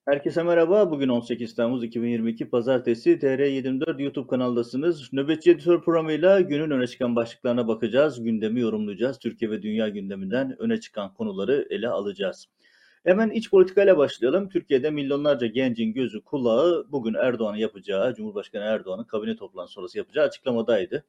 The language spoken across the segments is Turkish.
Herkese merhaba. Bugün 18 Temmuz 2022 Pazartesi TR24 YouTube kanaldasınız. Nöbetçi Editör programıyla günün öne çıkan başlıklarına bakacağız. Gündemi yorumlayacağız. Türkiye ve dünya gündeminden öne çıkan konuları ele alacağız. Hemen iç politikayla başlayalım. Türkiye'de milyonlarca gencin gözü kulağı bugün Erdoğan'ın yapacağı, Cumhurbaşkanı Erdoğan'ın kabine toplantısı sonrası yapacağı açıklamadaydı.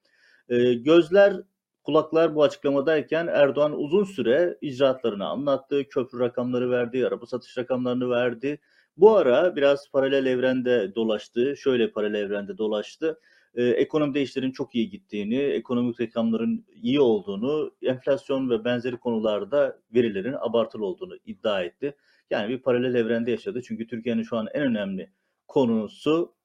Gözler, kulaklar bu açıklamadayken Erdoğan uzun süre icraatlarını anlattı, köprü rakamları verdi, araba satış rakamlarını verdi. Bu ara biraz paralel evrende dolaştı. Şöyle paralel evrende dolaştı. Ekonomide işlerin çok iyi gittiğini, ekonomik rakamların iyi olduğunu, enflasyon ve benzeri konularda verilerin abartılı olduğunu iddia etti. Yani bir paralel evrende yaşadı. Çünkü Türkiye'nin şu an en önemli konusu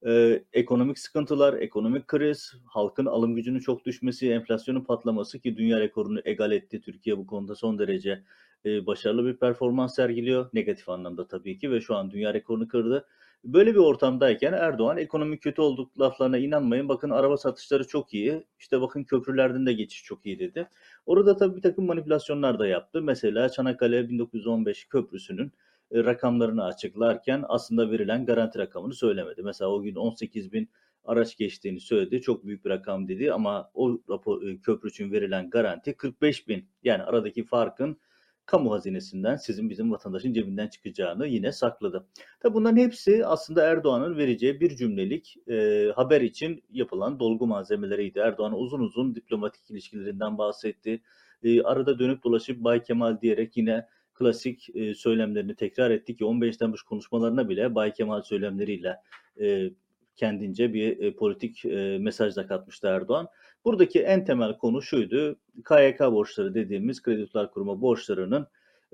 ekonomik sıkıntılar, ekonomik kriz, halkın alım gücünün çok düşmesi, enflasyonun patlaması ki dünya rekorunu egal etti. Türkiye bu konuda son derece başarılı bir performans sergiliyor. Negatif anlamda tabii ki ve şu an dünya rekorunu kırdı. Böyle bir ortamdayken Erdoğan ekonomi kötü olduk laflarına inanmayın. Bakın araba satışları çok iyi. İşte bakın köprülerden de geçiş çok iyi dedi. Orada tabii bir takım manipülasyonlar da yaptı. Mesela Çanakkale 1915 köprüsünün rakamlarını açıklarken aslında verilen garanti rakamını söylemedi. Mesela o gün 18 bin araç geçtiğini söyledi. Çok büyük bir rakam dedi ama o köprü için verilen garanti 45 bin. Yani aradaki farkın kamu hazinesinden sizin bizim vatandaşın cebinden çıkacağını yine sakladı. Tabi bunların hepsi aslında Erdoğan'ın vereceği bir cümlelik haber için yapılan dolgu malzemeleriydi. Erdoğan uzun uzun diplomatik ilişkilerinden bahsetti. Arada dönüp dolaşıp Bay Kemal diyerek yine klasik söylemlerini tekrar etti ki 15 Temmuz konuşmalarına bile Bay Kemal söylemleriyle e, kendince bir politik mesaj da katmıştı Erdoğan. Buradaki en temel konu şuydu. KYK borçları dediğimiz Kredi Kurumu borçlarının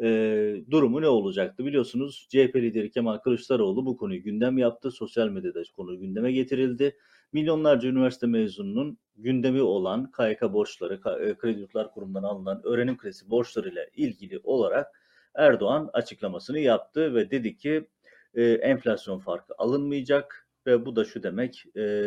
durumu ne olacaktı? Biliyorsunuz CHP lideri Kemal Kılıçdaroğlu bu konuyu gündem yaptı. Sosyal medyada konu gündeme getirildi. Milyonlarca üniversite mezununun gündemi olan KYK borçları, Kredi Kurumu'ndan alınan öğrenim kredisi borçlarıyla ilgili olarak Erdoğan açıklamasını yaptı ve dedi ki enflasyon farkı alınmayacak ve bu da şu demek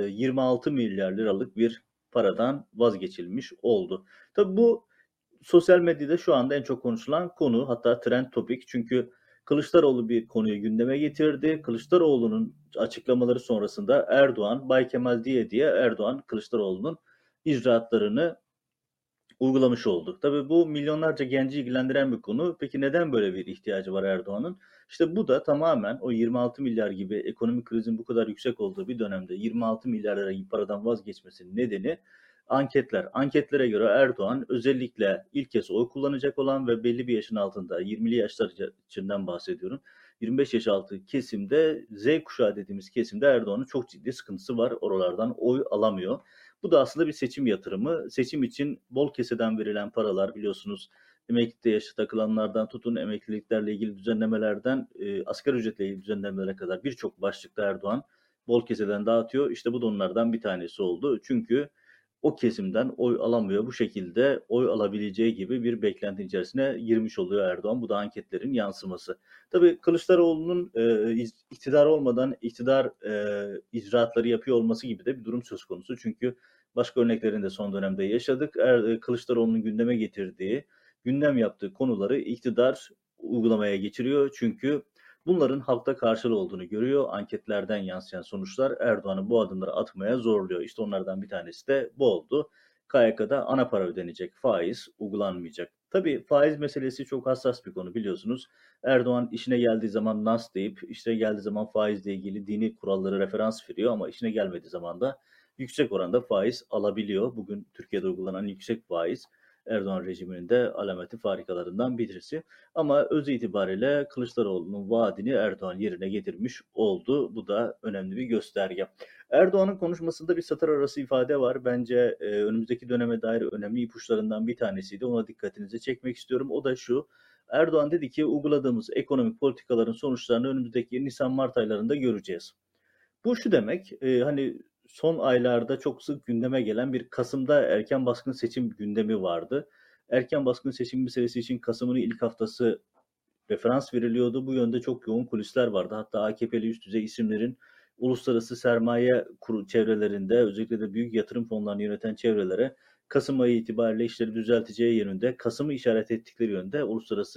26 milyar liralık bir paradan vazgeçilmiş oldu. Tabii bu sosyal medyada şu anda en çok konuşulan konu hatta trend topik çünkü Kılıçdaroğlu bir konuyu gündeme getirdi. Kılıçdaroğlu'nun açıklamaları sonrasında Erdoğan, Bay Kemal diye Erdoğan Kılıçdaroğlu'nun icraatlarını uygulamış oldu. Tabii bu milyonlarca genci ilgilendiren bir konu. Peki neden böyle bir ihtiyacı var Erdoğan'ın? İşte bu da tamamen o 26 milyar gibi ekonomik krizin bu kadar yüksek olduğu bir dönemde 26 milyar lira gibi paradan vazgeçmesinin nedeni anketler. Anketlere göre Erdoğan özellikle ilk kez oy kullanacak olan ve belli bir yaşın altında 20'li yaşlar içinden bahsediyorum. 25 yaş altı kesimde Z kuşağı dediğimiz kesimde Erdoğan'ın çok ciddi sıkıntısı var. Oralardan oy alamıyor. Bu da aslında bir seçim yatırımı. Seçim için bol keseden verilen paralar biliyorsunuz emeklilikte yaşa takılanlardan tutun emekliliklerle ilgili düzenlemelerden asgari ücretle ilgili düzenlemelere kadar birçok başlıkta Erdoğan bol keseden dağıtıyor. İşte bu da onlardan bir tanesi oldu. Çünkü o kesimden oy alamıyor. Bu şekilde oy alabileceği gibi bir beklenti içerisine girmiş oluyor Erdoğan. Bu da anketlerin yansıması. Tabii Kılıçdaroğlu'nun iktidar olmadan iktidar icraatları yapıyor olması gibi de bir durum söz konusu. Çünkü başka örneklerini de son dönemde yaşadık. Kılıçdaroğlu'nun gündeme getirdiği, gündem yaptığı konuları iktidar uygulamaya geçiriyor. Çünkü bunların halkta karşılığı olduğunu görüyor. Anketlerden yansıyan sonuçlar Erdoğan'ı bu adımları atmaya zorluyor. İşte onlardan bir tanesi de bu oldu. KYK'da ana para ödenecek, faiz uygulanmayacak. Tabii faiz meselesi çok hassas bir konu biliyorsunuz. Erdoğan işine geldiği zaman nas deyip, işine geldiği zaman faizle ilgili dini kuralları referans veriyor ama işine gelmediği zaman da yüksek oranda faiz alabiliyor. Bugün Türkiye'de uygulanan yüksek faiz Erdoğan rejiminin de alameti farikalarından birisi. Ama öz itibariyle Kılıçdaroğlu'nun vaadini Erdoğan yerine getirmiş oldu. Bu da önemli bir gösterge. Erdoğan'ın konuşmasında bir satır arası ifade var. Bence önümüzdeki döneme dair önemli ipuçlarından bir tanesiydi. Ona dikkatinizi çekmek istiyorum. O da şu. Erdoğan dedi ki uyguladığımız ekonomik politikaların sonuçlarını önümüzdeki Nisan-Mart aylarında göreceğiz. Bu şu demek, hani son aylarda çok sık gündeme gelen bir Kasım'da erken baskın seçim gündemi vardı. Erken baskın seçim meselesi için Kasım'ın ilk haftası referans veriliyordu. Bu yönde çok yoğun kulisler vardı. Hatta AKP'li üst düzey isimlerin uluslararası sermaye çevrelerinde özellikle de büyük yatırım fonlarını yöneten çevrelere Kasım ayı itibariyle işleri düzelteceği yönünde, Kasım'ı işaret ettikleri yönde uluslararası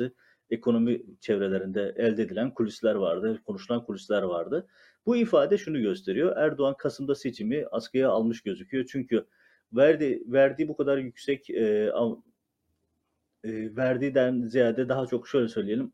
ekonomi çevrelerinde elde edilen kulisler vardı, konuşulan kulisler vardı. Bu ifade şunu gösteriyor: Erdoğan Kasım'da seçimi askıya almış gözüküyor. Çünkü verdiği bu kadar yüksek verdiğinden ziyade daha çok şöyle söyleyelim,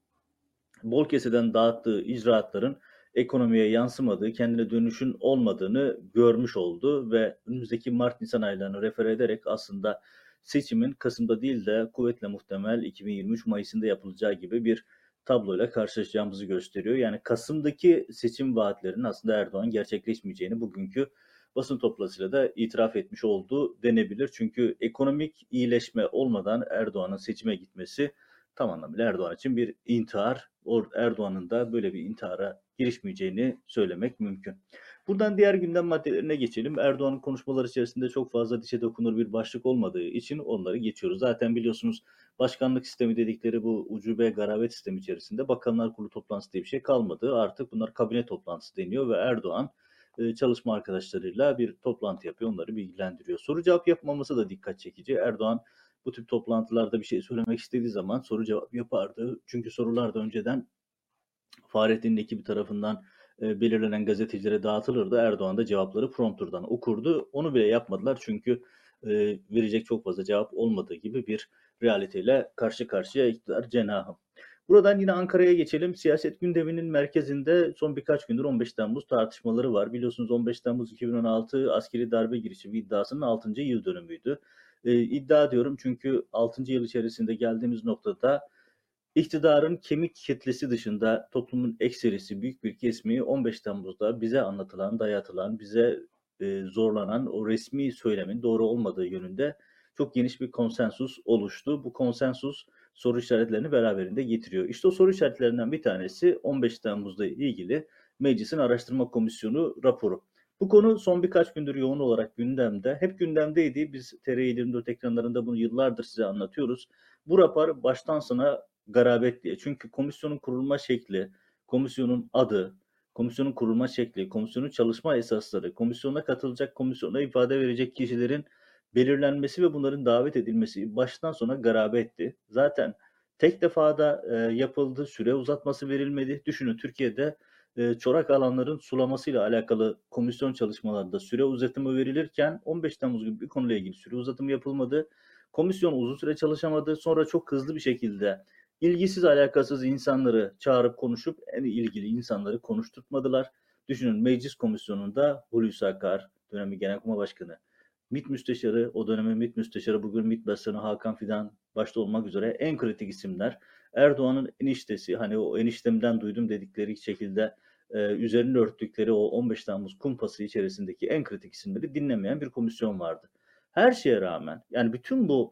bol keseden dağıttığı icraatların ekonomiye yansımadığı, kendine dönüşün olmadığını görmüş oldu ve önümüzdeki Mart-Nisan aylarını refer ederek aslında seçimin Kasım'da değil de kuvvetle muhtemel 2023 Mayıs'ında yapılacağı gibi bir tabloyla karşılaşacağımızı gösteriyor. Yani Kasım'daki seçim vaatlerinin aslında Erdoğan gerçekleşmeyeceğini bugünkü basın toplantısıyla da itiraf etmiş oldu denebilir. Çünkü ekonomik iyileşme olmadan Erdoğan'ın seçime gitmesi tam anlamıyla Erdoğan için bir intihar. Erdoğan'ın da böyle bir intihara girişmeyeceğini söylemek mümkün. Buradan diğer gündem maddelerine geçelim. Erdoğan'ın konuşmaları içerisinde çok fazla dişe dokunur bir başlık olmadığı için onları geçiyoruz. Zaten biliyorsunuz, başkanlık sistemi dedikleri bu ucube garabet sistemi içerisinde Bakanlar Kurulu toplantısı diye bir şey kalmadı. Artık bunlar kabine toplantısı deniyor ve Erdoğan çalışma arkadaşlarıyla bir toplantı yapıyor, onları bilgilendiriyor. Soru cevap yapmaması da dikkat çekici. Erdoğan bu tip toplantılarda bir şey söylemek istediği zaman soru cevap yapardı. Çünkü sorular da önceden Fahrettin'in ekibi tarafından belirlenen gazetecilere dağıtılırdı. Erdoğan da cevapları prompterdan okurdu. Onu bile yapmadılar çünkü verecek çok fazla cevap olmadığı gibi bir realiteyle karşı karşıya iktidar cenahı. Buradan yine Ankara'ya geçelim. Siyaset gündeminin merkezinde son birkaç gündür 15 Temmuz tartışmaları var. Biliyorsunuz 15 Temmuz 2016 askeri darbe girişimi iddiasının 6. yıl dönümüydü. İddia diyorum çünkü 6. yıl içerisinde geldiğimiz noktada iktidarın kemik kitlesi dışında toplumun ekserisi, büyük bir kesimi 15 Temmuz'da bize anlatılan, dayatılan, bize zorlanan o resmi söylemin doğru olmadığı yönünde çok geniş bir konsensus oluştu. Bu konsensus soru işaretlerini beraberinde getiriyor. İşte o soru işaretlerinden bir tanesi 15 Temmuz'da ilgili Meclisin Araştırma Komisyonu raporu. Bu konu son birkaç gündür yoğun olarak gündemde. Hep gündemdeydi. Biz TR24 ekranlarında bunu yıllardır size anlatıyoruz. Bu rapor baştan sona garabet diye. Çünkü komisyonun kurulma şekli, komisyonun adı, komisyonun kurulma şekli, komisyonun çalışma esasları, komisyona katılacak, komisyona ifade verecek kişilerin belirlenmesi ve bunların davet edilmesi baştan sona garabetti. Zaten tek defada yapıldı, süre uzatması verilmedi. Düşünün, Türkiye'de çorak alanların sulamasıyla alakalı komisyon çalışmalarında süre uzatımı verilirken 15 Temmuz gibi bir konuyla ilgili süre uzatımı yapılmadı. Komisyon uzun süre çalışamadı. Sonra çok hızlı bir şekilde ilgisiz, alakasız insanları çağırıp konuşup en ilgili insanları konuşturtmadılar. Düşünün, meclis komisyonunda Hulusi Akar, dönemi Genelkurmay Başkanı, MİT Müsteşarı, o dönemin MİT Müsteşarı, bugün MİT Başkanı Hakan Fidan başta olmak üzere en kritik isimler, Erdoğan'ın eniştesi, hani o eniştemden duydum dedikleri şekilde üzerini örttükleri o 15 Temmuz kumpası içerisindeki en kritik isimleri dinlemeyen bir komisyon vardı. Her şeye rağmen, yani bütün bu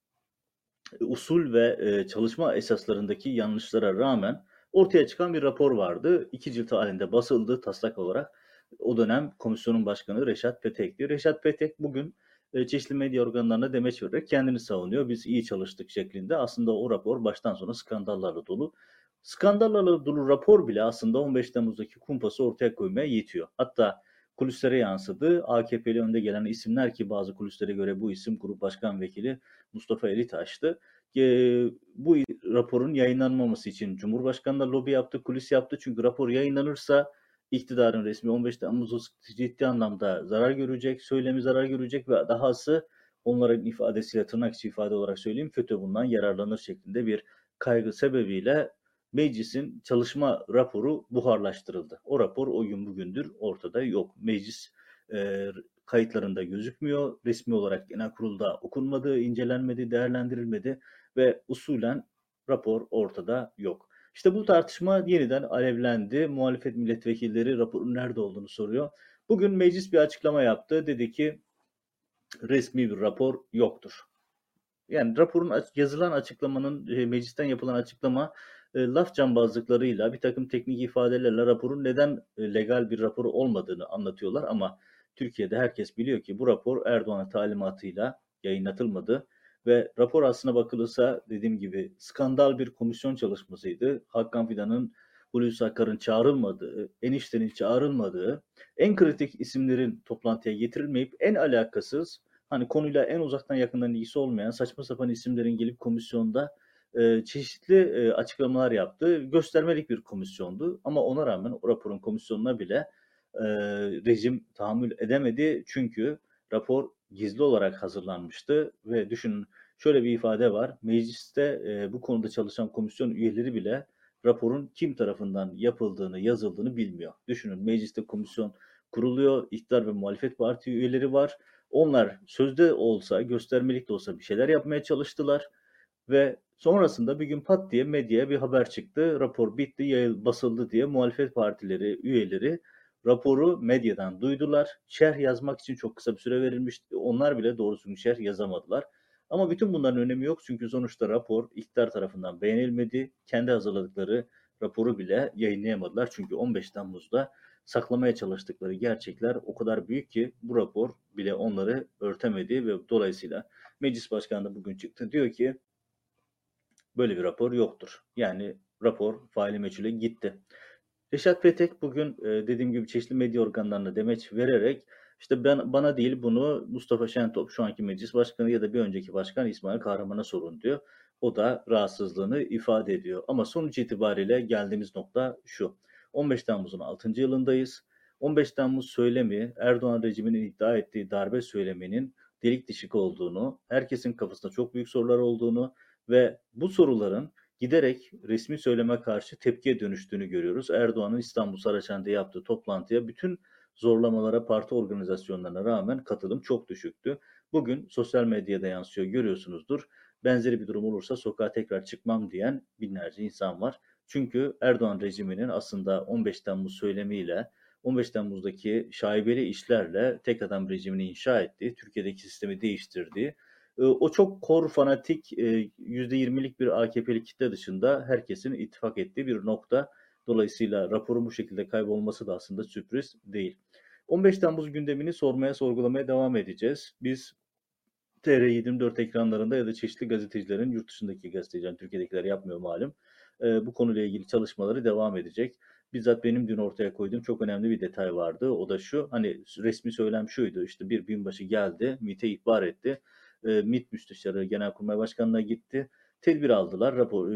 usul ve çalışma esaslarındaki yanlışlara rağmen ortaya çıkan bir rapor vardı. 2 cilt halinde basıldı taslak olarak. O dönem komisyonun başkanı Reşat Petek'ti. Reşat Petek bugün çeşitli medya organlarına demeç vererek kendini savunuyor. Biz iyi çalıştık şeklinde. Aslında o rapor baştan sona skandallarla dolu. Skandallarla dolu rapor bile aslında 15 Temmuz'daki kumpası ortaya koymaya yetiyor. Hatta kulislere yansıdı. AKP'li önde gelen isimler, ki bazı kulislere göre bu isim Grup Başkan Vekili Mustafa Elitaş'tı. Bu raporun yayınlanmaması için Cumhurbaşkanı'na lobi yaptı, kulis yaptı. Çünkü rapor yayınlanırsa iktidarın resmi 15 Temmuz'u ciddi anlamda zarar görecek, söylemi zarar görecek ve dahası onların ifadesiyle, tırnak içi ifade olarak söyleyeyim, FETÖ bundan yararlanır şeklinde bir kaygı sebebiyle meclisin çalışma raporu buharlaştırıldı. O rapor o gün bugündür ortada yok. Meclis kayıtlarında gözükmüyor. Resmi olarak genel kurulda okunmadı, incelenmedi, değerlendirilmedi ve usulen rapor ortada yok. İşte bu tartışma yeniden alevlendi. Muhalefet milletvekilleri raporun nerede olduğunu soruyor. Bugün meclis bir açıklama yaptı. Dedi ki resmi bir rapor yoktur. Yani raporun yazılan açıklamanın, meclisten yapılan açıklama laf cambazlıklarıyla, bir takım teknik ifadelerle raporun neden legal bir rapor olmadığını anlatıyorlar ama Türkiye'de herkes biliyor ki bu rapor Erdoğan'ın talimatıyla yayınlatılmadı ve rapor aslına bakılırsa dediğim gibi skandal bir komisyon çalışmasıydı. Hakan Fidan'ın, Hulusi Akar'ın çağrılmadığı, eniştenin çağrılmadığı, en kritik isimlerin toplantıya getirilmeyip en alakasız, hani konuyla en uzaktan yakından ilgisi olmayan saçma sapan isimlerin gelip komisyonda çeşitli açıklamalar yaptı. Göstermelik bir komisyondu ama ona rağmen o raporun komisyonuna bile e, rejim tahammül edemedi. Çünkü rapor gizli olarak hazırlanmıştı ve düşünün, şöyle bir ifade var. Mecliste bu konuda çalışan komisyon üyeleri bile raporun kim tarafından yapıldığını, yazıldığını bilmiyor. Düşünün, mecliste komisyon kuruluyor, iktidar ve muhalefet parti üyeleri var. Onlar sözde olsa, göstermelik de olsa bir şeyler yapmaya çalıştılar ve sonrasında bir gün pat diye medyaya bir haber çıktı. Rapor bitti, basıldı diye muhalefet partileri üyeleri raporu medyadan duydular. Şerh yazmak için çok kısa bir süre verilmişti. Onlar bile doğrusu şerh yazamadılar. Ama bütün bunların önemi yok çünkü sonuçta rapor iktidar tarafından beğenilmedi. Kendi hazırladıkları raporu bile yayınlayamadılar. Çünkü 15 Temmuz'da saklamaya çalıştıkları gerçekler o kadar büyük ki bu rapor bile onları örtemedi ve dolayısıyla Meclis Başkanı da bugün çıktı, diyor ki böyle bir rapor yoktur. Yani rapor faili meçhule gitti. Reşat Petek bugün dediğim gibi çeşitli medya organlarına demeç vererek işte bana değil bunu Mustafa Şentop, şu anki meclis başkanı ya da bir önceki başkan İsmail Kahraman'a sorun diyor. O da rahatsızlığını ifade ediyor. Ama sonuç itibariyle geldiğimiz nokta şu. 15 Temmuz'un 6. yılındayız. 15 Temmuz söylemi, Erdoğan rejiminin iddia ettiği darbe söyleminin delik deşik olduğunu, herkesin kafasında çok büyük sorular olduğunu ve bu soruların giderek resmi söyleme karşı tepkiye dönüştüğünü görüyoruz. Erdoğan'ın İstanbul Saraçhane'de yaptığı toplantıya bütün zorlamalara, parti organizasyonlarına rağmen katılım çok düşüktü. Bugün sosyal medyada yansıyor, görüyorsunuzdur. Benzeri bir durum olursa sokağa tekrar çıkmam diyen binlerce insan var. Çünkü Erdoğan rejiminin aslında 15 Temmuz söylemiyle, 15 Temmuz'daki şaibeli işlerle tek adam rejimini inşa ettiği, Türkiye'deki sistemi değiştirdiği, o çok kor fanatik %20'lik bir AKP'li kitle dışında herkesin ittifak ettiği bir nokta. Dolayısıyla raporun bu şekilde kaybolması da aslında sürpriz değil. 15 Temmuz gündemini sormaya, sorgulamaya devam edeceğiz. Biz TR24 ekranlarında ya da çeşitli gazetecilerin, yurt dışındaki gazetecilerin, Türkiye'dekiler yapmıyor malum, bu konuyla ilgili çalışmaları devam edecek. Bizzat benim dün ortaya koyduğum çok önemli bir detay vardı. O da şu, hani resmi söylem şuydu, işte bir binbaşı geldi, MİT'e ihbar etti. MİT Müsteşarı Genelkurmay Başkanı'na gitti. Tedbir aldılar.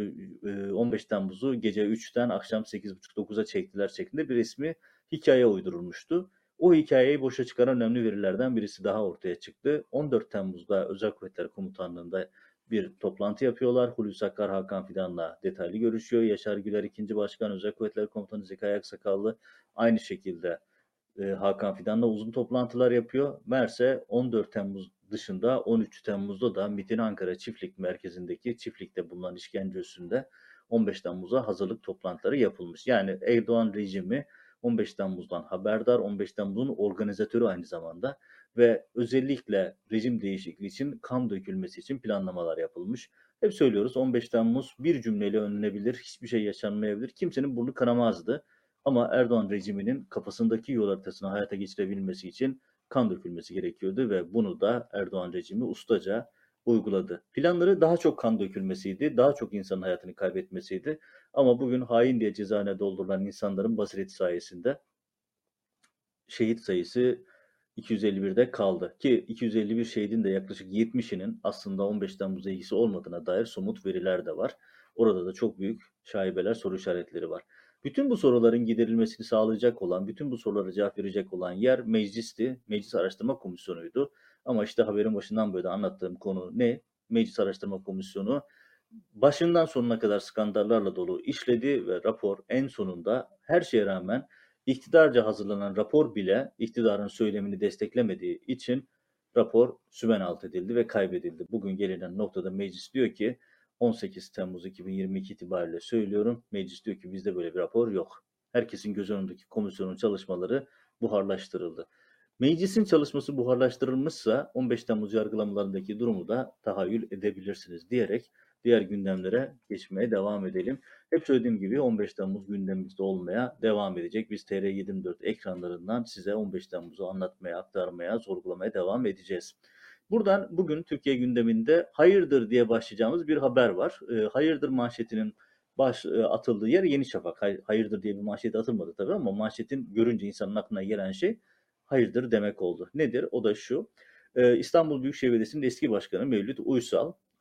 15 Temmuz'u gece 3'ten akşam 8.30-9'a çektiler şeklinde bir resmi hikaye uydurulmuştu. O hikayeyi boşa çıkaran önemli verilerden birisi daha ortaya çıktı. 14 Temmuz'da Özel Kuvvetler Komutanlığı'nda bir toplantı yapıyorlar. Hulusi Akar Hakan Fidan'la detaylı görüşüyor. Yaşar Güler II. Başkan, Özel Kuvvetler Komutanı Zekai Aksakallı aynı şekilde Hakan Fidan'la uzun toplantılar yapıyor. Meğerse 14 Temmuz dışında 13 Temmuz'da da MİT'in Ankara Çiftlik merkezindeki Çiftlik'te bulunan işkence üssünde 15 Temmuz'a hazırlık toplantıları yapılmış. Yani Erdoğan rejimi 15 Temmuz'dan haberdar, 15 Temmuz'un organizatörü aynı zamanda ve özellikle rejim değişikliği için, kan dökülmesi için planlamalar yapılmış. Hep söylüyoruz, 15 Temmuz bir cümleyle önlenebilir, hiçbir şey yaşanmayabilir, kimsenin burnu kanamazdı. Ama Erdoğan rejiminin kafasındaki yol haritasını hayata geçirebilmesi için kan dökülmesi gerekiyordu ve bunu da Erdoğan rejimi ustaca uyguladı. Planları daha çok kan dökülmesiydi, daha çok insanın hayatını kaybetmesiydi. Ama bugün hain diye cezaevine doldurulan insanların basireti sayesinde şehit sayısı 251'de kaldı. Ki 251 şehidin de yaklaşık 70'inin aslında 15 Temmuz'da ilgisi olmadığına dair somut veriler de var. Orada da çok büyük şaibeler, soru işaretleri var. Bütün bu soruların giderilmesini sağlayacak olan, bütün bu sorulara cevap verecek olan yer meclisti. Meclis Araştırma Komisyonu'ydu. Ama işte haberin başından böyle anlattığım konu ne? Meclis Araştırma Komisyonu başından sonuna kadar skandallarla dolu işledi ve rapor en sonunda her şeye rağmen iktidarca hazırlanan rapor bile iktidarın söylemini desteklemediği için rapor sümenalt edildi ve kaybedildi. Bugün gelinen noktada meclis diyor ki 18 Temmuz 2022 itibariyle söylüyorum. Meclis diyor ki bizde böyle bir rapor yok. Herkesin göz önündeki komisyonun çalışmaları buharlaştırıldı. Meclisin çalışması buharlaştırılmışsa 15 Temmuz yargılamalarındaki durumu da tahayyül edebilirsiniz diyerek diğer gündemlere geçmeye devam edelim. Hep söylediğim gibi 15 Temmuz gündemimizde olmaya devam edecek. Biz TR24 ekranlarından size 15 Temmuz'u anlatmaya, aktarmaya, sorgulamaya devam edeceğiz. Buradan bugün Türkiye gündeminde hayırdır diye başlayacağımız bir haber var. Hayırdır manşetinin atıldığı yer Yeni Şafak. Hayırdır diye bir manşet atılmadı tabii ama manşetin görünce insanın aklına gelen şey hayırdır demek oldu. Nedir? O da şu. İstanbul Büyükşehir Belediyesi'nin eski başkanı Mevlüt Uysal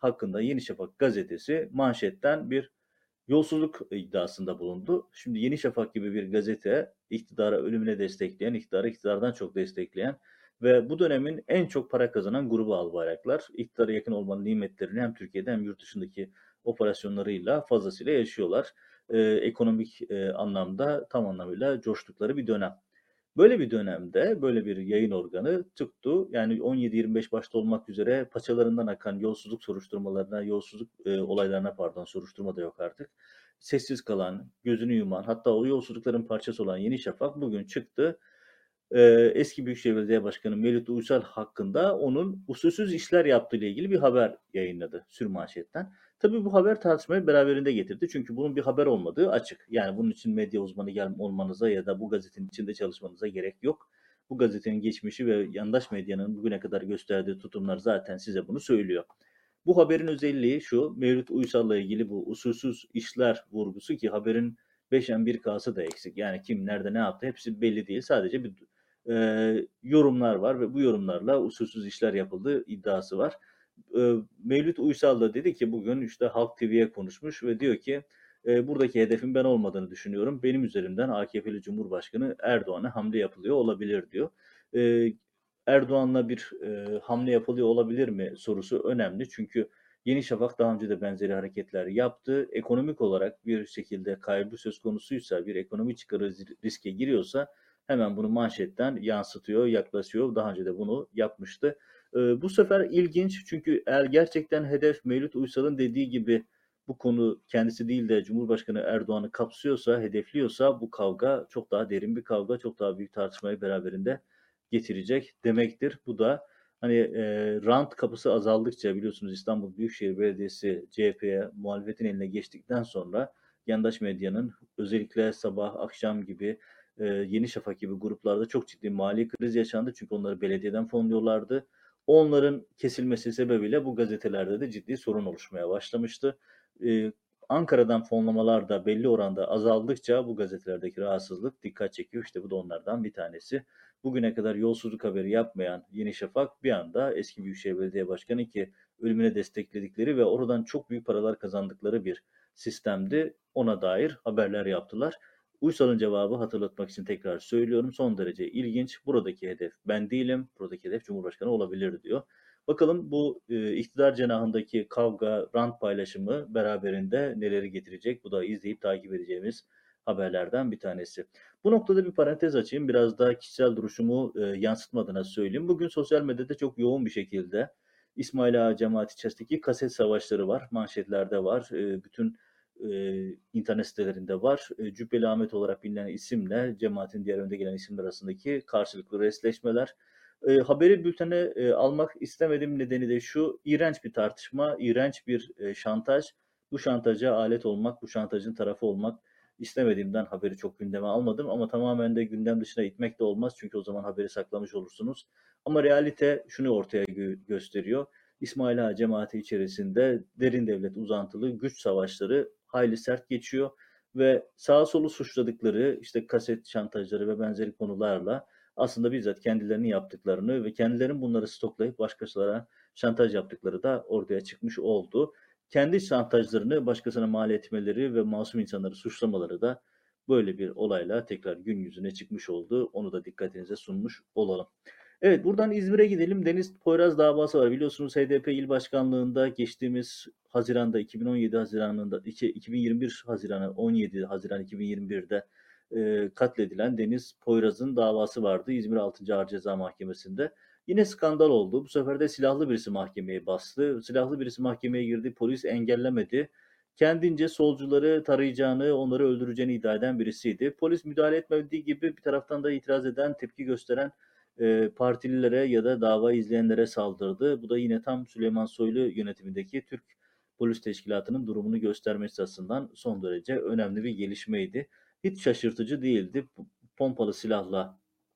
hakkında Yeni Şafak gazetesi manşetten bir yolsuzluk iddiasında bulundu. Şimdi Yeni Şafak gibi bir gazete iktidara ölümüne destekleyen, iktidarı iktidardan çok destekleyen ve bu dönemin en çok para kazanan grubu Albayraklar. İktidara yakın olmanın nimetlerini hem Türkiye'de hem yurt dışındaki operasyonlarıyla fazlasıyla yaşıyorlar. Ekonomik anlamda tam anlamıyla coştukları bir dönem. Böyle bir dönemde böyle bir yayın organı tuttu. Yani 17-25 başta olmak üzere paçalarından akan yolsuzluk soruşturmalarına, yolsuzluk olaylarına pardon soruşturma da yok artık. Sessiz kalan, gözünü yuman, hatta o yolsuzlukların parçası olan Yeni Şafak bugün çıktı. Eski Büyükşehir Belediye Başkanı Mevlüt Uysal hakkında onun usulsüz işler yaptığı ile ilgili bir haber yayınladı sürmanşetten. Tabii bu haber tartışmayı beraberinde getirdi. Çünkü bunun bir haber olmadığı açık. Yani bunun için medya uzmanı olmanıza ya da bu gazetenin içinde çalışmanıza gerek yok. Bu gazetenin geçmişi ve yandaş medyanın bugüne kadar gösterdiği tutumlar zaten size bunu söylüyor. Bu haberin özelliği şu, Mevlüt Uysal'la ilgili bu usulsüz işler vurgusu ki haberin 5'en 1 K'sı da eksik. Yani kim nerede ne yaptı hepsi belli değil. Sadece bir yorumlar var ve bu yorumlarla usulsüz işler yapıldığı iddiası var. Mevlüt Uysal da dedi ki bugün işte Halk TV'ye konuşmuş ve diyor ki buradaki hedefin ben olmadığını düşünüyorum. Benim üzerimden AKP'li Cumhurbaşkanı Erdoğan'a hamle yapılıyor olabilir diyor. E, Erdoğan'la bir hamle yapılıyor olabilir mi sorusu önemli. Çünkü Yeni Şafak daha önce de benzeri hareketler yaptı. Ekonomik olarak bir şekilde kaybı söz konusuysa, bir ekonomi çıkarı riske giriyorsa hemen bunu manşetten yansıtıyor, yaklaşıyor. Daha önce de bunu yapmıştı. Bu sefer ilginç çünkü eğer gerçekten hedef Mevlüt Uysal'ın dediği gibi bu konu kendisi değil de Cumhurbaşkanı Erdoğan'ı kapsıyorsa, hedefliyorsa bu kavga çok daha derin bir kavga, çok daha büyük tartışmayı beraberinde getirecek demektir. Bu da hani rant kapısı azaldıkça biliyorsunuz İstanbul Büyükşehir Belediyesi CHP'ye muhalefetin eline geçtikten sonra yandaş medyanın özellikle sabah akşam gibi Yeni Şafak gibi gruplarda çok ciddi mali kriz yaşandı. Çünkü onları belediyeden fonluyorlardı. Onların kesilmesi sebebiyle bu gazetelerde de ciddi sorun oluşmaya başlamıştı. Ee, Ankara'dan fonlamalar da belli oranda azaldıkça bu gazetelerdeki rahatsızlık dikkat çekiyor. İşte bu da onlardan bir tanesi. Bugüne kadar yolsuzluk haberi yapmayan Yeni Şafak bir anda eski Büyükşehir Belediye Başkanı ki ölümüne destekledikleri ve oradan çok büyük paralar kazandıkları bir sistemdi. Ona dair haberler yaptılar. Uysal'ın cevabı hatırlatmak için tekrar söylüyorum. Son derece ilginç. Buradaki hedef ben değilim. Buradaki hedef Cumhurbaşkanı olabilir diyor. Bakalım bu iktidar cenahındaki kavga, rant paylaşımı beraberinde neleri getirecek? Bu da izleyip takip edeceğimiz haberlerden bir tanesi. Bu noktada bir parantez açayım. Biraz daha kişisel duruşumu yansıtmadığına söyleyeyim. Bugün sosyal medyada çok yoğun bir şekilde İsmail Ağa cemaati içerisindeki kaset savaşları var. Manşetlerde var. Bütün internet sitelerinde var. Cübbeli Ahmet olarak bilinen isimle cemaatin diğer önde gelen isimler arasındaki karşılıklı resleşmeler. Haberi bültene almak istemedim nedeni de şu, iğrenç bir tartışma, iğrenç bir şantaj. Bu şantaja alet olmak, bu şantajın tarafı olmak istemediğimden haberi çok gündeme almadım ama tamamen de gündem dışına itmek de olmaz çünkü o zaman haberi saklamış olursunuz. Ama realite şunu ortaya gösteriyor. İsmail Ağa cemaati içerisinde derin devlet uzantılı güç savaşları hayli sert geçiyor ve sağa solu suçladıkları işte kaset şantajları ve benzeri konularla aslında bizzat kendilerinin yaptıklarını ve kendilerinin bunları stoklayıp başkalarına şantaj yaptıkları da ortaya çıkmış oldu. Kendi şantajlarını başkasına mal etmeleri ve masum insanları suçlamaları da böyle bir olayla tekrar gün yüzüne çıkmış oldu. Onu da dikkatinize sunmuş olalım. Evet, buradan İzmir'e gidelim. Deniz Poyraz davası var. Biliyorsunuz HDP il başkanlığında geçtiğimiz Haziran'da 2017 Haziran'ında 2021 Haziran'ı 17 Haziran 2021'de katledilen Deniz Poyraz'ın davası vardı İzmir 6. Ağır Ceza Mahkemesi'nde. Yine skandal oldu. Bu sefer de silahlı birisi mahkemeye bastı. Silahlı birisi mahkemeye girdi. Polis engellemedi. Kendince solcuları tarayacağını, onları öldüreceğini iddia eden birisiydi. Polis müdahale etmediği gibi bir taraftan da itiraz eden, tepki gösteren partililere ya da dava izleyenlere saldırdı. Bu da yine tam Süleyman Soylu yönetimindeki Türk Polis Teşkilatı'nın durumunu göstermesi açısından son derece önemli bir gelişmeydi. Hiç şaşırtıcı değildi. Pompalı silahla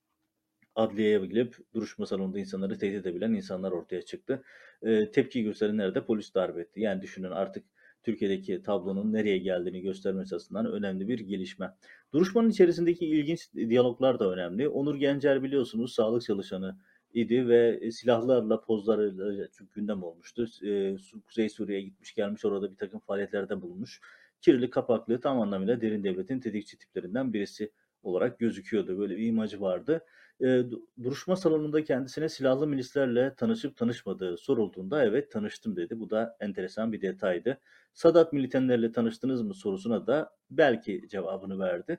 adliyeye gelip duruşma salonunda insanları tehdit edebilen insanlar ortaya çıktı. Tepki gösterenlere de polis darp etti. Yani düşünün artık Türkiye'deki tablonun nereye geldiğini göstermesi açısından önemli bir gelişme. Duruşmanın içerisindeki ilginç diyaloglar da önemli. Onur Gencer biliyorsunuz sağlık çalışanı idi ve silahlarla pozlarıyla çünkü gündem olmuştu. Kuzey Suriye'ye gitmiş gelmiş orada bir takım faaliyetlerde bulunmuş. Kirli kapaklı tam anlamıyla derin devletin tetikçi tiplerinden birisi olarak gözüküyordu. Böyle bir imajı vardı. Duruşma salonunda kendisine silahlı milislerle tanışıp tanışmadığı sorulduğunda evet tanıştım dedi. Bu da enteresan bir detaydı. Sadat militenlerle tanıştınız mı sorusuna da belki cevabını verdi.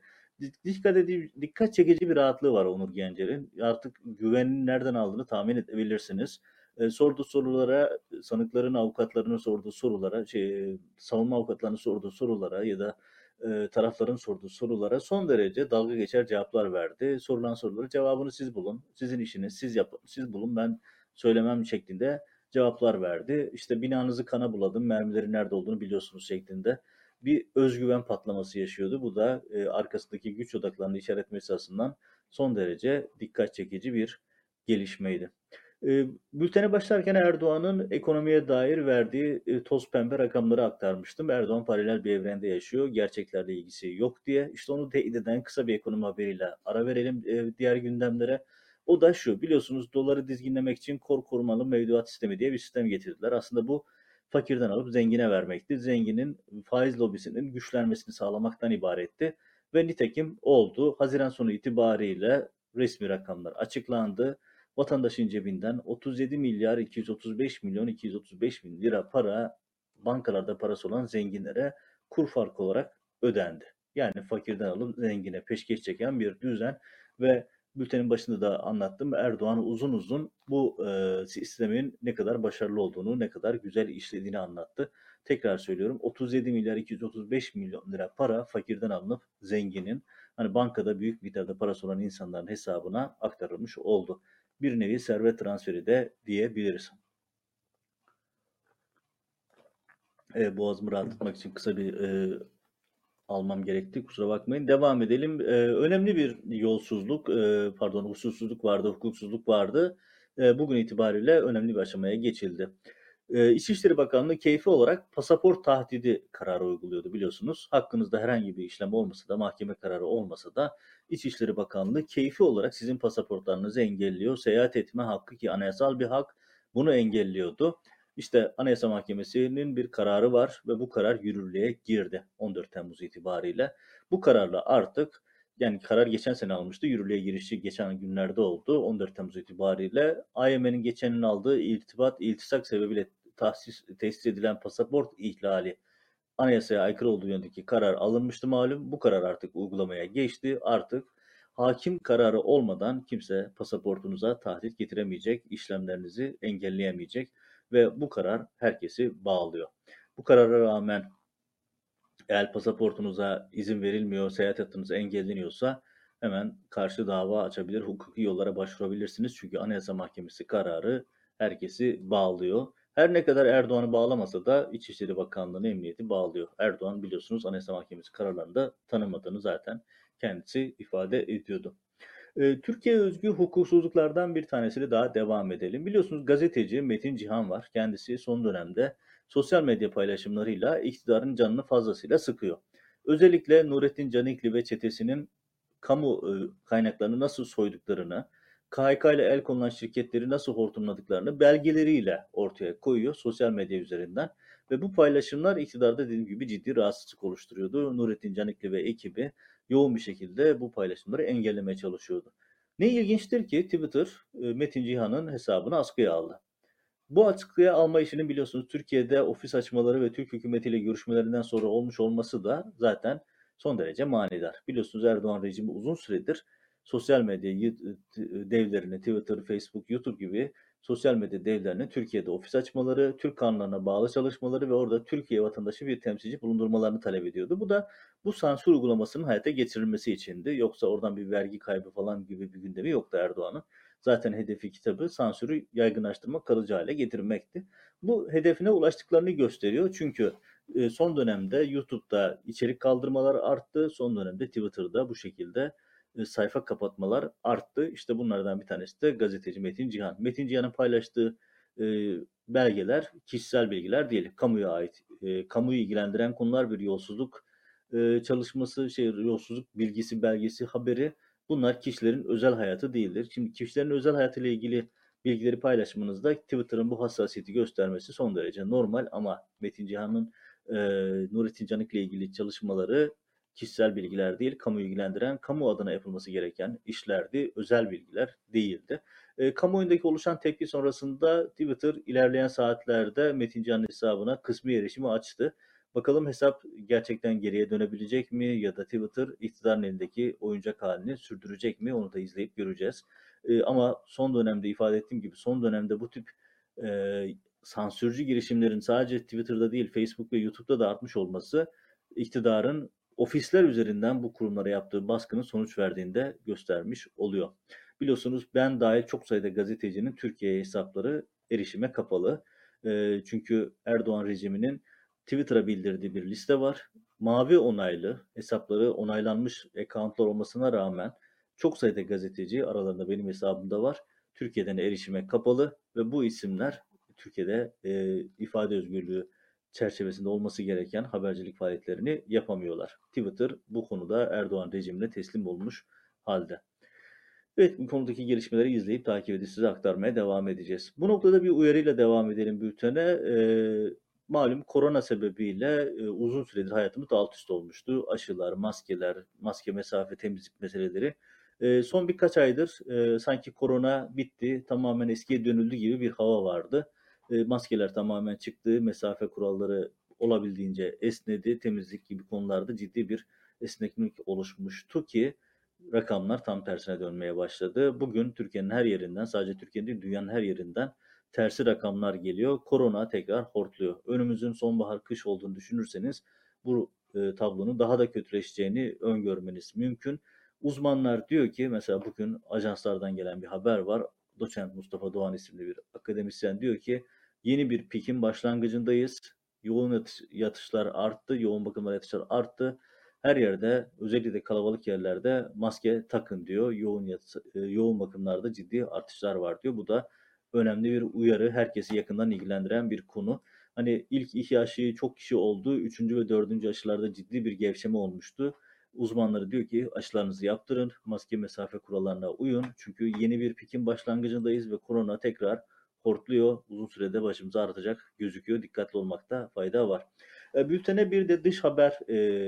Dikkat çekici bir rahatlığı var Onur Gencer'in. Artık güvenini nereden aldığını tahmin edebilirsiniz. Sorduğu sorulara, sanıkların avukatlarının sorduğu sorulara, savunma avukatlarının sorduğu sorulara ya da tarafların sorduğu sorulara son derece dalga geçer cevaplar verdi. Sorulan sorulara cevabını siz bulun, sizin işiniz, siz yapın, siz bulun ben söylemem şeklinde cevaplar verdi. İşte binanızı kana buladım, mermilerin nerede olduğunu biliyorsunuz şeklinde bir özgüven patlaması yaşıyordu. Bu da arkasındaki güç odaklarını işaret etmesi açısından son derece dikkat çekici bir gelişmeydi. Bültene başlarken Erdoğan'ın ekonomiye dair verdiği toz pembe rakamları aktarmıştım. Erdoğan paralel bir evrende yaşıyor, gerçeklerle ilgisi yok diye. İşte onu teyit eden kısa bir ekonomi haberiyle ara verelim diğer gündemlere. O da şu, biliyorsunuz doları dizginlemek için korumalı mevduat sistemi diye bir sistem getirdiler. Aslında bu fakirden alıp zengine vermekti. Zenginin faiz lobisinin güçlenmesini sağlamaktan ibaretti. Ve nitekim oldu. Haziran sonu itibariyle resmi rakamlar açıklandı. Vatandaşın cebinden 37 milyar 235 milyon 235 bin lira para bankalarda parası olan zenginlere kur farkı olarak ödendi. Yani fakirden alıp zengine peşkeş çeken bir düzen ve bültenin başında da anlattım. Erdoğan uzun uzun bu sistemin ne kadar başarılı olduğunu, ne kadar güzel işlediğini anlattı. Tekrar söylüyorum 37 milyar 235 milyon lira para fakirden alınıp zenginin hani bankada büyük miktarda parası olan insanların hesabına aktarılmış oldu. Bir nevi servet transferi de diyebiliriz. Boğazımı rahatlatmak için kısa bir almam gerekti. Kusura bakmayın. Devam edelim. Önemli bir usulsüzlük vardı, hukuksuzluk vardı. Bugün itibariyle önemli bir aşamaya geçildi. İçişleri Bakanlığı keyfi olarak pasaport tahdidi kararı uyguluyordu biliyorsunuz. Hakkınızda herhangi bir işlem olmasa da, mahkeme kararı olmasa da İçişleri Bakanlığı keyfi olarak sizin pasaportlarınızı engelliyor. Seyahat etme hakkı ki anayasal bir hak bunu engelliyordu. İşte Anayasa Mahkemesi'nin bir kararı var ve bu karar yürürlüğe girdi 14 Temmuz itibariyle. Bu kararla artık yani karar geçen sene almıştı. Yürürlüğe girişi geçen günlerde oldu. 14 Temmuz itibariyle AYM'nin geçen aldığı iltisak sebebiyle tesis edilen pasaport ihlali anayasaya aykırı olduğu yönündeki karar alınmıştı malum. Bu karar artık uygulamaya geçti. Artık hakim kararı olmadan kimse pasaportunuza tahdit getiremeyecek, işlemlerinizi engelleyemeyecek ve bu karar herkesi bağlıyor. Bu karara rağmen eğer pasaportunuza izin verilmiyor, seyahat hakkınız engelleniyorsa hemen karşı dava açabilir, hukuki yollara başvurabilirsiniz. Çünkü Anayasa Mahkemesi kararı herkesi bağlıyor. Her ne kadar Erdoğan'ı bağlamasa da İçişleri Bakanlığı'nı, Emniyeti bağlıyor. Erdoğan biliyorsunuz Anayasa Mahkemesi kararlarında tanımadığını zaten kendisi ifade ediyordu. Türkiye özgü hukuksuzluklardan bir tanesiyle daha devam edelim. Biliyorsunuz gazeteci Metin Cihan var. Kendisi son dönemde sosyal medya paylaşımlarıyla iktidarın canını fazlasıyla sıkıyor. Özellikle Nurettin Canikli ve çetesinin kamu kaynaklarını nasıl soyduklarını, KHK ile el konulan şirketleri nasıl hortumladıklarını belgeleriyle ortaya koyuyor sosyal medya üzerinden. Ve bu paylaşımlar iktidarda dediğim gibi ciddi rahatsızlık oluşturuyordu. Nurettin Canikli ve ekibi yoğun bir şekilde bu paylaşımları engellemeye çalışıyordu. Ne ilginçtir ki Twitter Metin Cihan'ın hesabını askıya aldı. Bu askıya alma işinin biliyorsunuz Türkiye'de ofis açmaları ve Türk hükümetiyle görüşmelerinden sonra olmuş olması da zaten son derece manidar. Biliyorsunuz Erdoğan rejimi uzun süredir sosyal medya devlerini, Twitter, Facebook, YouTube gibi sosyal medya devlerinin Türkiye'de ofis açmaları, Türk kanunlarına bağlı çalışmaları ve orada Türkiye vatandaşı bir temsilci bulundurmalarını talep ediyordu. Bu da bu sansür uygulamasının hayata geçirilmesi içindi. Yoksa oradan bir vergi kaybı falan gibi bir gündemi yoktu Erdoğan'ın. Zaten hedefi kitabı sansürü yaygınlaştırmak, kalıcı hale getirmekti. Bu hedefine ulaştıklarını gösteriyor. Çünkü son dönemde YouTube'da içerik kaldırmalar arttı. Son dönemde Twitter'da bu şekilde sayfa kapatmalar arttı. İşte bunlardan bir tanesi de gazeteci Metin Cihan. Metin Cihan'ın paylaştığı e, belgeler kişisel bilgiler değil. Kamuya ait, kamuyu ilgilendiren konular bir yolsuzluk çalışması, yolsuzluk bilgisi, belgesi, haberi bunlar kişilerin özel hayatı değildir. Şimdi kişilerin özel hayatıyla ilgili bilgileri paylaşmanızda Twitter'ın bu hassasiyeti göstermesi son derece normal ama Metin Cihan'ın Nurettin Canik'le ilgili çalışmaları kişisel bilgiler değil, kamu ilgilendiren, kamu adına yapılması gereken işlerdi, özel bilgiler değildi. Kamuoyundaki oluşan tepki sonrasında Twitter ilerleyen saatlerde Metin Can'ın hesabına kısmi erişimi açtı. Bakalım hesap gerçekten geriye dönebilecek mi ya da Twitter iktidarın elindeki oyuncak halini sürdürecek mi onu da izleyip göreceğiz. Ama son dönemde ifade ettiğim gibi son dönemde bu tip e, sansürcü girişimlerin sadece Twitter'da değil Facebook ve YouTube'da da artmış olması iktidarın ofisler üzerinden bu kurumlara yaptığı baskının sonuç verdiğini de göstermiş oluyor. Biliyorsunuz ben dahil çok sayıda gazetecinin Türkiye hesapları erişime kapalı. Çünkü Erdoğan rejiminin Twitter'a bildirdiği bir liste var. Mavi onaylı hesapları onaylanmış accountlar olmasına rağmen çok sayıda gazeteci aralarında benim hesabımda var. Türkiye'den erişime kapalı ve bu isimler Türkiye'de ifade özgürlüğü çerçevesinde olması gereken habercilik faaliyetlerini yapamıyorlar. Twitter bu konuda Erdoğan rejimine teslim olmuş halde. Evet, bu konudaki gelişmeleri izleyip takip edip size aktarmaya devam edeceğiz. Bu noktada bir uyarıyla devam edelim bültene. Malum korona sebebiyle uzun süredir hayatımız alt üst olmuştu. Aşılar, maskeler, maske mesafe, temizlik meseleleri. Son birkaç aydır sanki korona bitti, tamamen eskiye dönüldü gibi bir hava vardı. Maskeler tamamen çıktı, mesafe kuralları olabildiğince esnedi, temizlik gibi konularda ciddi bir esneklik oluşmuştu ki rakamlar tam tersine dönmeye başladı. Bugün Türkiye'nin her yerinden, sadece Türkiye'nin değil dünyanın her yerinden tersi rakamlar geliyor. Korona tekrar hortluyor. Önümüzün sonbahar kış olduğunu düşünürseniz bu tablonun daha da kötüleşeceğini öngörmeniz mümkün. Uzmanlar diyor ki mesela bugün ajanslardan gelen bir haber var. Doçent Mustafa Doğan isimli bir akademisyen diyor ki yeni bir pikin başlangıcındayız. Yoğun yatışlar arttı, yoğun bakımlar yatışlar arttı. Her yerde özellikle kalabalık yerlerde maske takın diyor. Yoğun bakımlarda ciddi artışlar var diyor. Bu da önemli bir uyarı. Herkesi yakından ilgilendiren bir konu. Hani ilk iki aşıyı çok kişi oldu. Üçüncü ve dördüncü aşılarda ciddi bir gevşeme olmuştu. Uzmanları diyor ki aşılarınızı yaptırın, maske mesafe kurallarına uyun. Çünkü yeni bir pikin başlangıcındayız ve korona tekrar hortluyor. Uzun sürede başımıza artacak gözüküyor. Dikkatli olmakta fayda var. Bültene bir de dış haber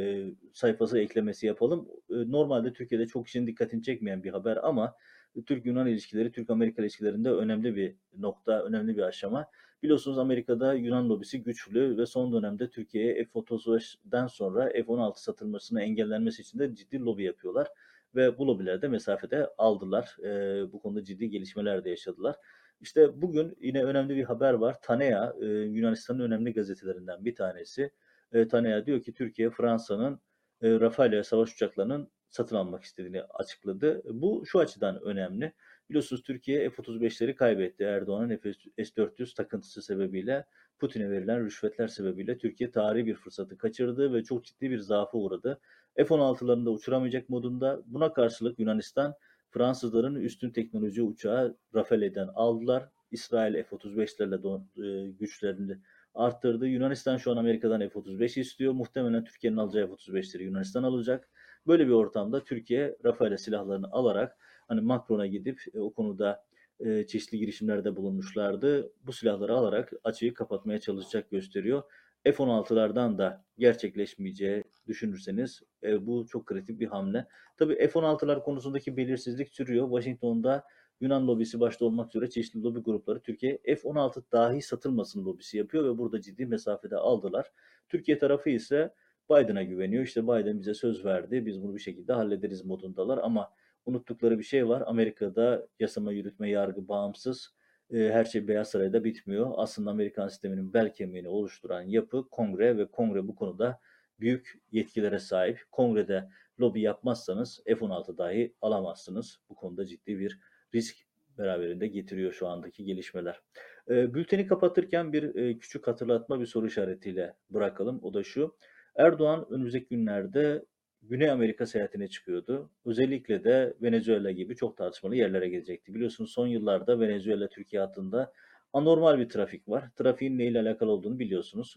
sayfası eklemesi yapalım. Normalde Türkiye'de çok kişinin dikkatini çekmeyen bir haber ama Türk-Yunan ilişkileri, Türk-Amerika ilişkilerinde önemli bir nokta, önemli bir aşama. Biliyorsunuz Amerika'da Yunan lobisi güçlü ve son dönemde Türkiye'ye F-35'den sonra F-16 satılmasını engellenmesi için de ciddi lobi yapıyorlar. Ve bu lobiler de mesafede aldılar. Bu konuda ciddi gelişmeler de yaşadılar. İşte bugün yine önemli bir haber var. Tanea, Yunanistan'ın önemli gazetelerinden bir tanesi. Tanea diyor ki Türkiye Fransa'nın Rafale savaş uçaklarının satın almak istediğini açıkladı. Bu şu açıdan önemli. Biliyorsunuz Türkiye F-35'leri kaybetti. Erdoğan'ın S-400 takıntısı sebebiyle, Putin'e verilen rüşvetler sebebiyle Türkiye tarihi bir fırsatı kaçırdı ve çok ciddi bir zaafa uğradı. F-16'larını da uçuramayacak modunda. Buna karşılık Yunanistan Fransızların üstün teknoloji uçağı Rafale'den aldılar. İsrail F-35'lerle güçlerini arttırdı. Yunanistan şu an Amerika'dan F-35 istiyor. Muhtemelen Türkiye'nin alacağı F-35'leri Yunanistan alacak. Böyle bir ortamda Türkiye Rafale silahlarını alarak hani Macron'a gidip o konuda çeşitli girişimlerde bulunmuşlardı. Bu silahları alarak açığı kapatmaya çalışacak gösteriyor. F-16'lardan da gerçekleşmeyeceği düşünürseniz bu çok kritik bir hamle. Tabii F-16'lar konusundaki belirsizlik sürüyor. Washington'da Yunan lobisi başta olmak üzere çeşitli lobi grupları Türkiye F-16 dahi satılmasın lobisi yapıyor ve burada ciddi mesafede aldılar. Türkiye tarafı ise Biden'a güveniyor. İşte Biden bize söz verdi. Biz bunu bir şekilde hallederiz modundalar ama unuttukları bir şey var. Amerika'da yasama, yürütme, yargı bağımsız. Her şey Beyaz Saray'da bitmiyor. Aslında Amerikan sisteminin bel kemiğini oluşturan yapı Kongre ve Kongre bu konuda büyük yetkilere sahip. Kongrede lobi yapmazsanız F-16 dahi alamazsınız. Bu konuda ciddi bir risk beraberinde getiriyor şu andaki gelişmeler. Bülteni kapatırken bir küçük hatırlatma, bir soru işaretiyle bırakalım. O da şu. Erdoğan önümüzdeki günlerde Güney Amerika seyahatine çıkıyordu. Özellikle de Venezuela gibi çok tartışmalı yerlere gelecekti. Biliyorsunuz son yıllarda Venezuela-Türkiye hattında anormal bir trafik var. Trafiğin neyle alakalı olduğunu biliyorsunuz.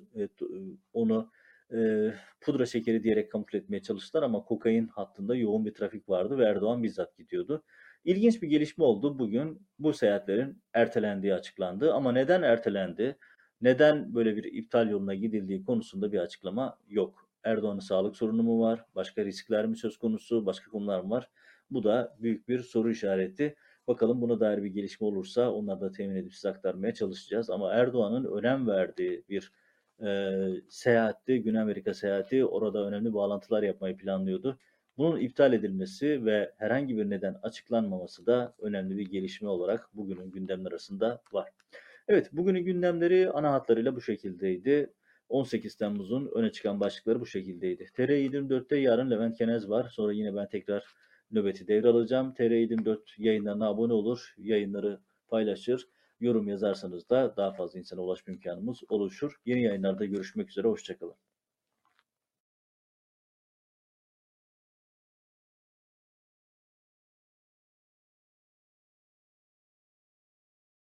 Onu pudra şekeri diyerek kamufle etmeye çalıştılar ama kokain hattında yoğun bir trafik vardı ve Erdoğan bizzat gidiyordu. İlginç bir gelişme oldu. Bugün bu seyahatlerin ertelendiği açıklandı. Ama neden ertelendi? Neden böyle bir iptal yoluna gidildiği konusunda bir açıklama yok. Erdoğan'ın sağlık sorunu mu var? Başka riskler mi söz konusu? Başka konular mı var? Bu da büyük bir soru işareti. Bakalım buna dair bir gelişme olursa onları da temin edip size aktarmaya çalışacağız. Ama Erdoğan'ın önem verdiği bir seyahatti, Güney Amerika seyahati, orada önemli bağlantılar yapmayı planlıyordu. Bunun iptal edilmesi ve herhangi bir neden açıklanmaması da önemli bir gelişme olarak bugünün gündemler arasında var. Evet, bugünün gündemleri ana hatlarıyla bu şekildeydi. 18 Temmuz'un öne çıkan başlıkları bu şekildeydi. TR24'te yarın Levent Kenez var. Sonra yine ben tekrar nöbeti devralacağım. TR24 yayınlarına abone olur, yayınları paylaşır, yorum yazarsanız da daha fazla insana ulaşma imkanımız oluşur. Yeni yayınlarda görüşmek üzere, hoşçakalın.